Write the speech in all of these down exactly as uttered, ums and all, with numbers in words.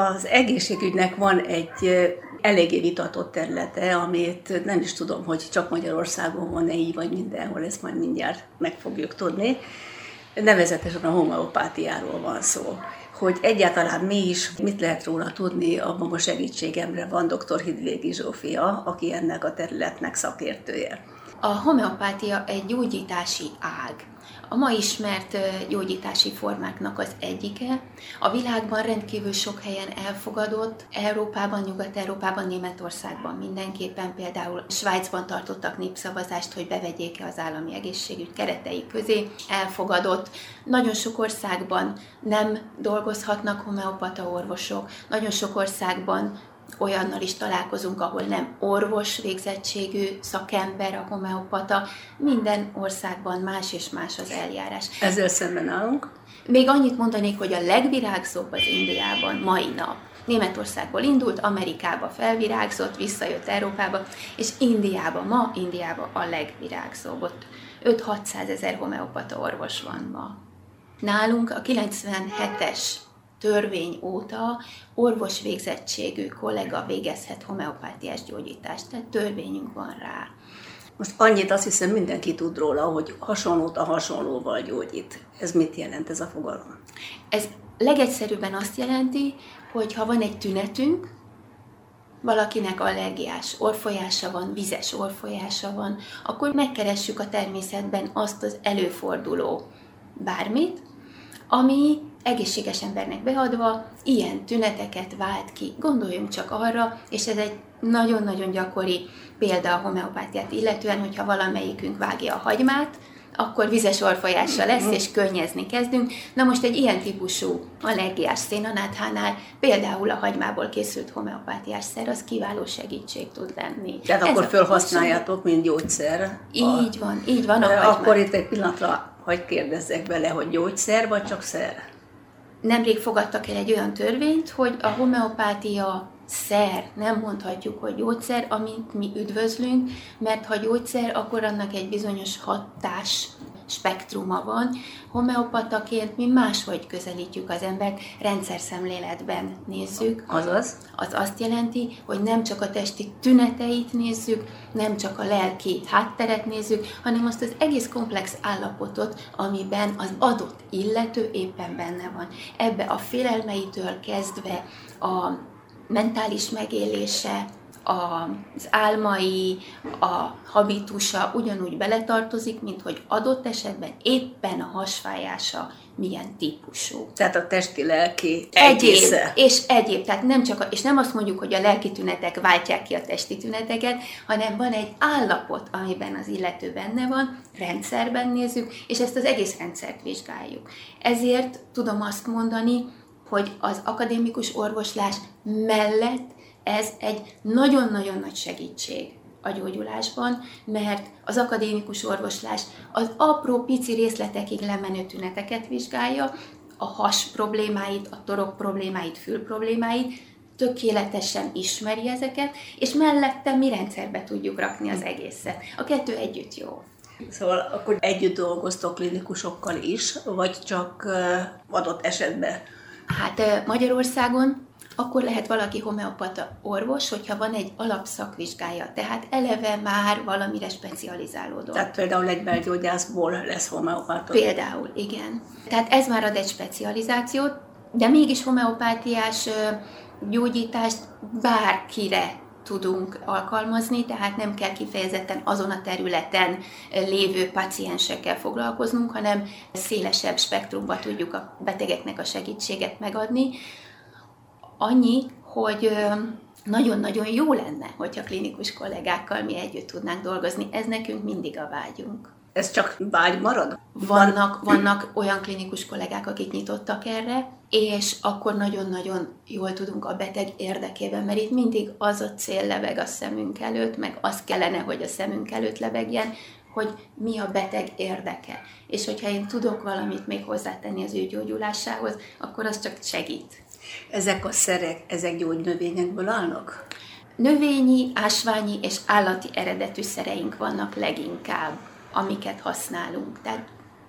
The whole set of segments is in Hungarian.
Az egészségügynek van egy eléggé vitatott területe, amit nem is tudom, hogy csak Magyarországon van-e így, vagy mindenhol, ezt majd mindjárt meg fogjuk tudni. Nevezetesen a homeopátiáról van szó. Hogy egyáltalán mi is, mit lehet róla tudni, abban a segítségemre van dr. Hidvégi Zsófia, aki ennek a területnek szakértője. A homeopátia egy gyógyítási ág. A ma ismert gyógyítási formáknak az egyike. A világban rendkívül sok helyen elfogadott, Európában, Nyugat-Európában, Németországban mindenképpen, például Svájcban tartottak népszavazást, hogy bevegyék-e az állami egészségügy keretei közé, elfogadott. Nagyon sok országban nem dolgozhatnak homeopata orvosok, nagyon sok országban olyannal is találkozunk, ahol nem orvos végzettségű szakember a homeopata. Minden országban más és más az eljárás. Ezzel szemben állunk. Még annyit mondanék, hogy a legvirágzóbb az Indiában mai nap. Németországból indult, Amerikába felvirágzott, visszajött Európába, és Indiában, ma Indiában a legvirágzóbb. Ott öt-hatszázezer homeopata orvos van ma. Nálunk a kilencvenhetes törvény óta orvos végzettségű kollega végezhet homeopátiás gyógyítást, tehát törvényünk van rá. Most annyit azt hiszem mindenki tud róla, hogy hasonlót a hasonlóval gyógyít. Ez mit jelent ez a fogalom? Ez legegyszerűbben azt jelenti, hogy ha van egy tünetünk, valakinek allergiás orfolyása van, vizes orfolyása van, akkor megkeressük a természetben azt az előforduló bármit, ami egészséges embernek beadva ilyen tüneteket vált ki. Gondoljunk csak arra, és ez egy nagyon-nagyon gyakori példa a homeopátiát illetően, hogyha valamelyikünk vágja a hagymát, akkor vizes orfolyása lesz, és könnyezni kezdünk. Na most egy ilyen típusú allergiás szénanáthánál például a hagymából készült homeopátiás szer, az kiváló segítség tud lenni. Tehát akkor felhasználjátok, mint gyógyszer. Így a... van, így van a hagymát. Akkor itt egy pillanatra hadd kérdezzek bele, hogy gyógyszer vagy csak szer? Nemrég fogadtak el egy olyan törvényt, hogy a homeopátia szer, nem mondhatjuk, hogy gyógyszer, amit mi üdvözlünk, mert ha gyógyszer, akkor annak egy bizonyos hatás spektruma van. Homeopataként mi máshogy közelítjük az embert, rendszerszemléletben nézzük. Azaz? Az azt jelenti, hogy nem csak a testi tüneteit nézzük, nem csak a lelki hátteret nézzük, hanem azt az egész komplex állapotot, amiben az adott illető éppen benne van. Ebbe a félelmeitől kezdve a mentális megélése, az álmai, a habitusa ugyanúgy beletartozik, mint hogy adott esetben éppen a hasfájása milyen típusú. Tehát a testi-lelki egész. És egyéb, tehát nem csak, a, és nem azt mondjuk, hogy a lelki tünetek váltják ki a testi tüneteket, hanem van egy állapot, amiben az illető benne van, rendszerben nézzük, és ezt az egész rendszert vizsgáljuk. Ezért tudom azt mondani, hogy az akadémikus orvoslás mellett ez egy nagyon-nagyon nagy segítség a gyógyulásban, mert az akadémikus orvoslás az apró pici részletekig lemenő tüneteket vizsgálja, a has problémáit, a torok problémáit, fül problémáit, tökéletesen ismeri ezeket, és mellette mi rendszerbe tudjuk rakni az egészet. A kettő együtt jó. Szóval akkor együtt dolgoztok klinikusokkal is, vagy csak adott esetben? Hát Magyarországon akkor lehet valaki homeopata orvos, hogyha van egy alapszakvizsgája, tehát eleve már valamire specializálódott. Tehát például egy belgyógyászból lesz homeopata? Például, igen. Tehát ez már ad egy specializációt, de mégis homeopátiás gyógyítást bárkire tudunk alkalmazni, tehát nem kell kifejezetten azon a területen lévő paciensekkel foglalkoznunk, hanem szélesebb spektrumban tudjuk a betegeknek a segítséget megadni. Annyi, hogy nagyon-nagyon jó lenne, hogyha klinikus kollégákkal mi együtt tudnánk dolgozni. Ez nekünk mindig a vágyunk. Ez csak vágy marad? Vannak, vannak olyan klinikus kollégák, akik nyitottak erre, és akkor nagyon-nagyon jól tudunk a beteg érdekében, mert itt mindig az a cél lebeg a szemünk előtt, meg az kellene, hogy a szemünk előtt lebegjen, hogy mi a beteg érdeke. És hogyha én tudok valamit még hozzátenni az ő gyógyulásához, akkor az csak segít. Ezek a szerek, ezek gyógynövényekből állnak? Növényi, ásványi és állati eredetű szereink vannak leginkább, amiket használunk. Tehát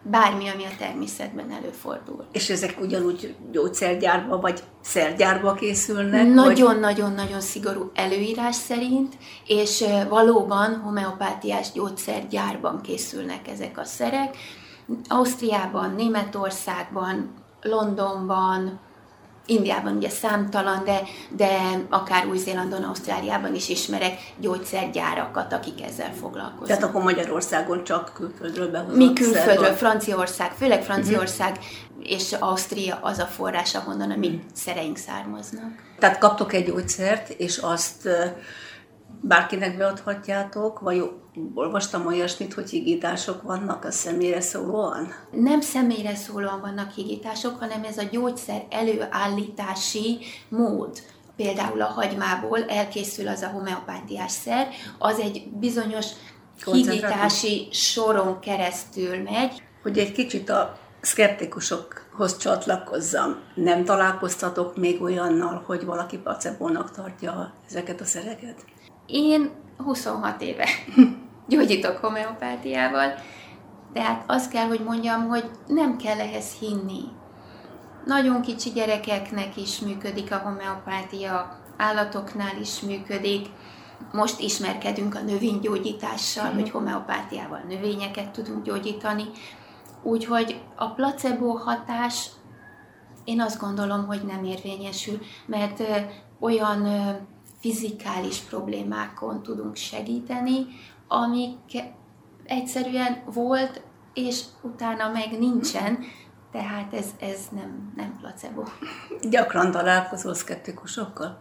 bármi, ami a természetben előfordul. És ezek ugyanúgy gyógyszergyárba vagy szergyárba készülnek? Nagyon-nagyon-nagyon vagy... szigorú előírás szerint, és valóban homeopátiás gyógyszergyárban készülnek ezek a szerek. Ausztriában, Németországban, Londonban, Indiában ugye számtalan, de, de akár Új-Zélandon, Ausztráliában is ismerek gyógyszergyárakat, akik ezzel foglalkoznak. Tehát akkor Magyarországon csak külföldről behozott Mi külföldről, szerva. Franciaország, főleg Franciaország uh-huh. és Ausztria az a forrás, ahonnan a mi uh-huh. szereink származnak. Tehát kaptok egy gyógyszert, és azt bárkinek beadhatjátok, vagy olvastam olyasmit, hogy higítások vannak a személyre szólóan? Nem személyre szólóan vannak higítások, hanem ez a gyógyszer előállítási mód. Például a hagymából elkészül az a homeopátiás szer, az egy bizonyos higítási soron keresztül megy. Hogy egy kicsit a szkeptikusokhoz csatlakozzam, nem találkoztatok még olyannal, hogy valaki placebónak tartja ezeket a szereket? Én huszonhat éve gyógyítok homeopátiával, tehát azt kell, hogy mondjam, hogy nem kell ehhez hinni. Nagyon kicsi gyerekeknek is működik a homeopátia, állatoknál is működik. Most ismerkedünk a növénygyógyítással, mm. hogy homeopátiával növényeket tudunk gyógyítani. Úgyhogy a placebo hatás, én azt gondolom, hogy nem érvényesül, mert ö, olyan ö, fizikális problémákon tudunk segíteni, amik egyszerűen volt, és utána meg nincsen, tehát ez, ez nem, nem placebo. Gyakran találkozol szkeptikusokkal?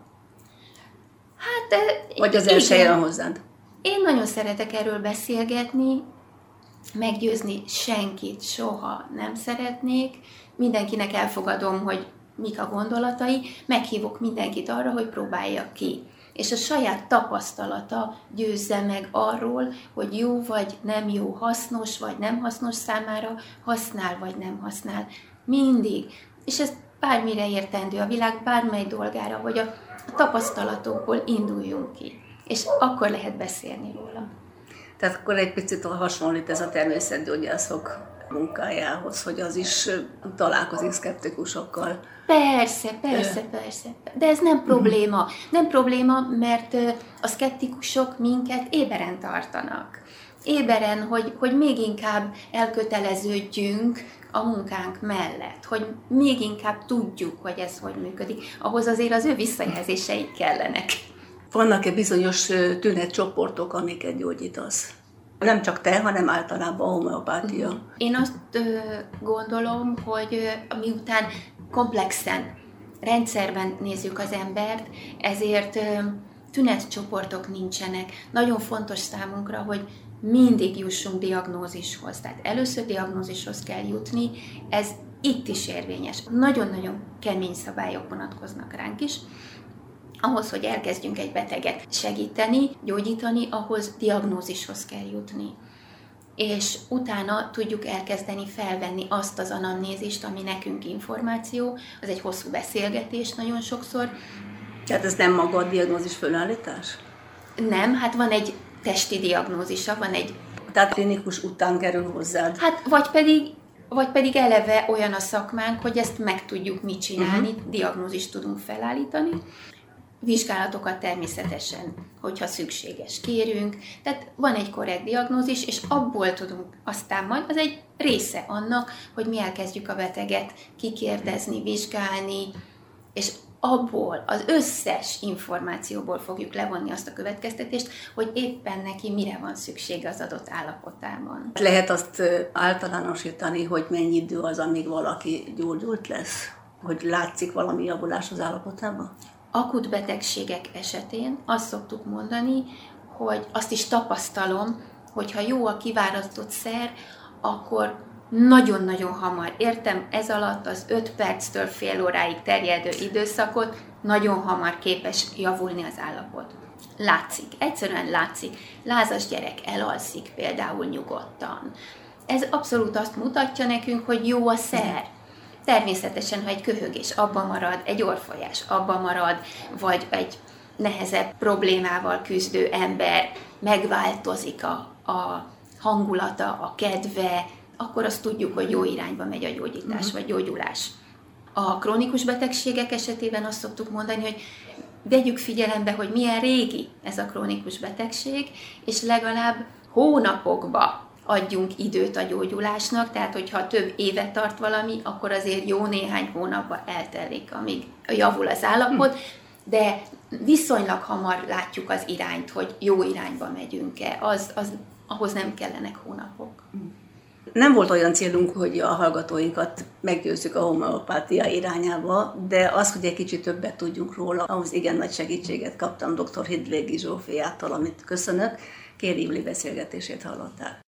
Hát, vagy az első jön hozzád? Én nagyon szeretek erről beszélgetni, meggyőzni senkit soha nem szeretnék, mindenkinek elfogadom, hogy mik a gondolatai, meghívok mindenkit arra, hogy próbálja ki. És a saját tapasztalata győzze meg arról, hogy jó vagy nem jó, hasznos vagy nem hasznos számára, használ vagy nem használ. Mindig. És ez bármire értendő a világ bármely dolgára, hogy a tapasztalatokból induljunk ki. És akkor lehet beszélni róla. Tehát akkor egy picit hasonlít ez a természetgyógyászok munkájához, hogy az is találkozik szkeptikusokkal. Persze, persze, persze. De ez nem probléma. Nem probléma, mert a szkeptikusok minket éberen tartanak. Éberen, hogy, hogy még inkább elköteleződjünk a munkánk mellett, hogy még inkább tudjuk, hogy ez hogy működik. Ahhoz azért az ő visszajelzéseik kellenek. Vannak-e bizonyos tünetcsoportok, amiket gyógyítasz? Nem csak te, hanem általában a homeopátia. Én azt ö, gondolom, hogy ö, miután komplexen, rendszerben nézzük az embert, ezért ö, tünetcsoportok nincsenek. Nagyon fontos számunkra, hogy mindig jussunk diagnózishoz. Tehát először diagnózishoz kell jutni, ez itt is érvényes. Nagyon-nagyon kemény szabályok vonatkoznak ránk is. Ahhoz, hogy elkezdjünk egy beteget segíteni, gyógyítani, ahhoz diagnózishoz kell jutni. És utána tudjuk elkezdeni felvenni azt az anamnézist, ami nekünk információ, az egy hosszú beszélgetés nagyon sokszor. Tehát ez nem maga a diagnózis fölállítás? Nem, hát van egy testi diagnózisa, van egy... Tehát klinikus után kerül hozzád? Hát vagy pedig, vagy pedig eleve olyan a szakmánk, hogy ezt meg tudjuk mit csinálni, uh-huh. diagnózist tudunk felállítani. Vizsgálatokat természetesen, hogyha szükséges, kérünk. Tehát van egy korrekt diagnózis, és abból tudunk aztán majd, az egy része annak, hogy mi elkezdjük a beteget kikérdezni, vizsgálni, és abból, az összes információból fogjuk levonni azt a következtetést, hogy éppen neki mire van szüksége az adott állapotában. Lehet azt általánosítani, hogy mennyi idő az, amíg valaki gyógyult lesz? Hogy látszik valami javulás az állapotában? Akut betegségek esetén azt szoktuk mondani, hogy azt is tapasztalom, hogy ha jó a kiválasztott szer, akkor nagyon-nagyon hamar, értem ez alatt az öt perctől fél óráig terjedő időszakot, nagyon hamar képes javulni az állapot. Látszik, egyszerűen látszik. Lázas gyerek elalszik például nyugodtan. Ez abszolút azt mutatja nekünk, hogy jó a szer. Természetesen, ha egy köhögés abba marad, egy orrfolyás abba marad, vagy egy nehezebb problémával küzdő ember megváltozik a, a hangulata, a kedve, akkor azt tudjuk, hogy jó irányba megy a gyógyítás uh-huh. vagy gyógyulás. A krónikus betegségek esetében azt szoktuk mondani, hogy vegyük figyelembe, hogy milyen régi ez a krónikus betegség, és legalább hónapokba adjunk időt a gyógyulásnak, tehát hogyha több évet tart valami, akkor azért jó néhány hónapba eltelik, amíg javul az állapot, de viszonylag hamar látjuk az irányt, hogy jó irányba megyünk-e, az, az, ahhoz nem kellenek hónapok. Nem volt olyan célunk, hogy a hallgatóinkat meggyőzzük a homeopátia irányába, de az, hogy egy kicsit többet tudjunk róla, ahhoz igen nagy segítséget kaptam dr. Hidvégi Zsófiától, amit köszönök. Kéri Júli beszélgetését hallották.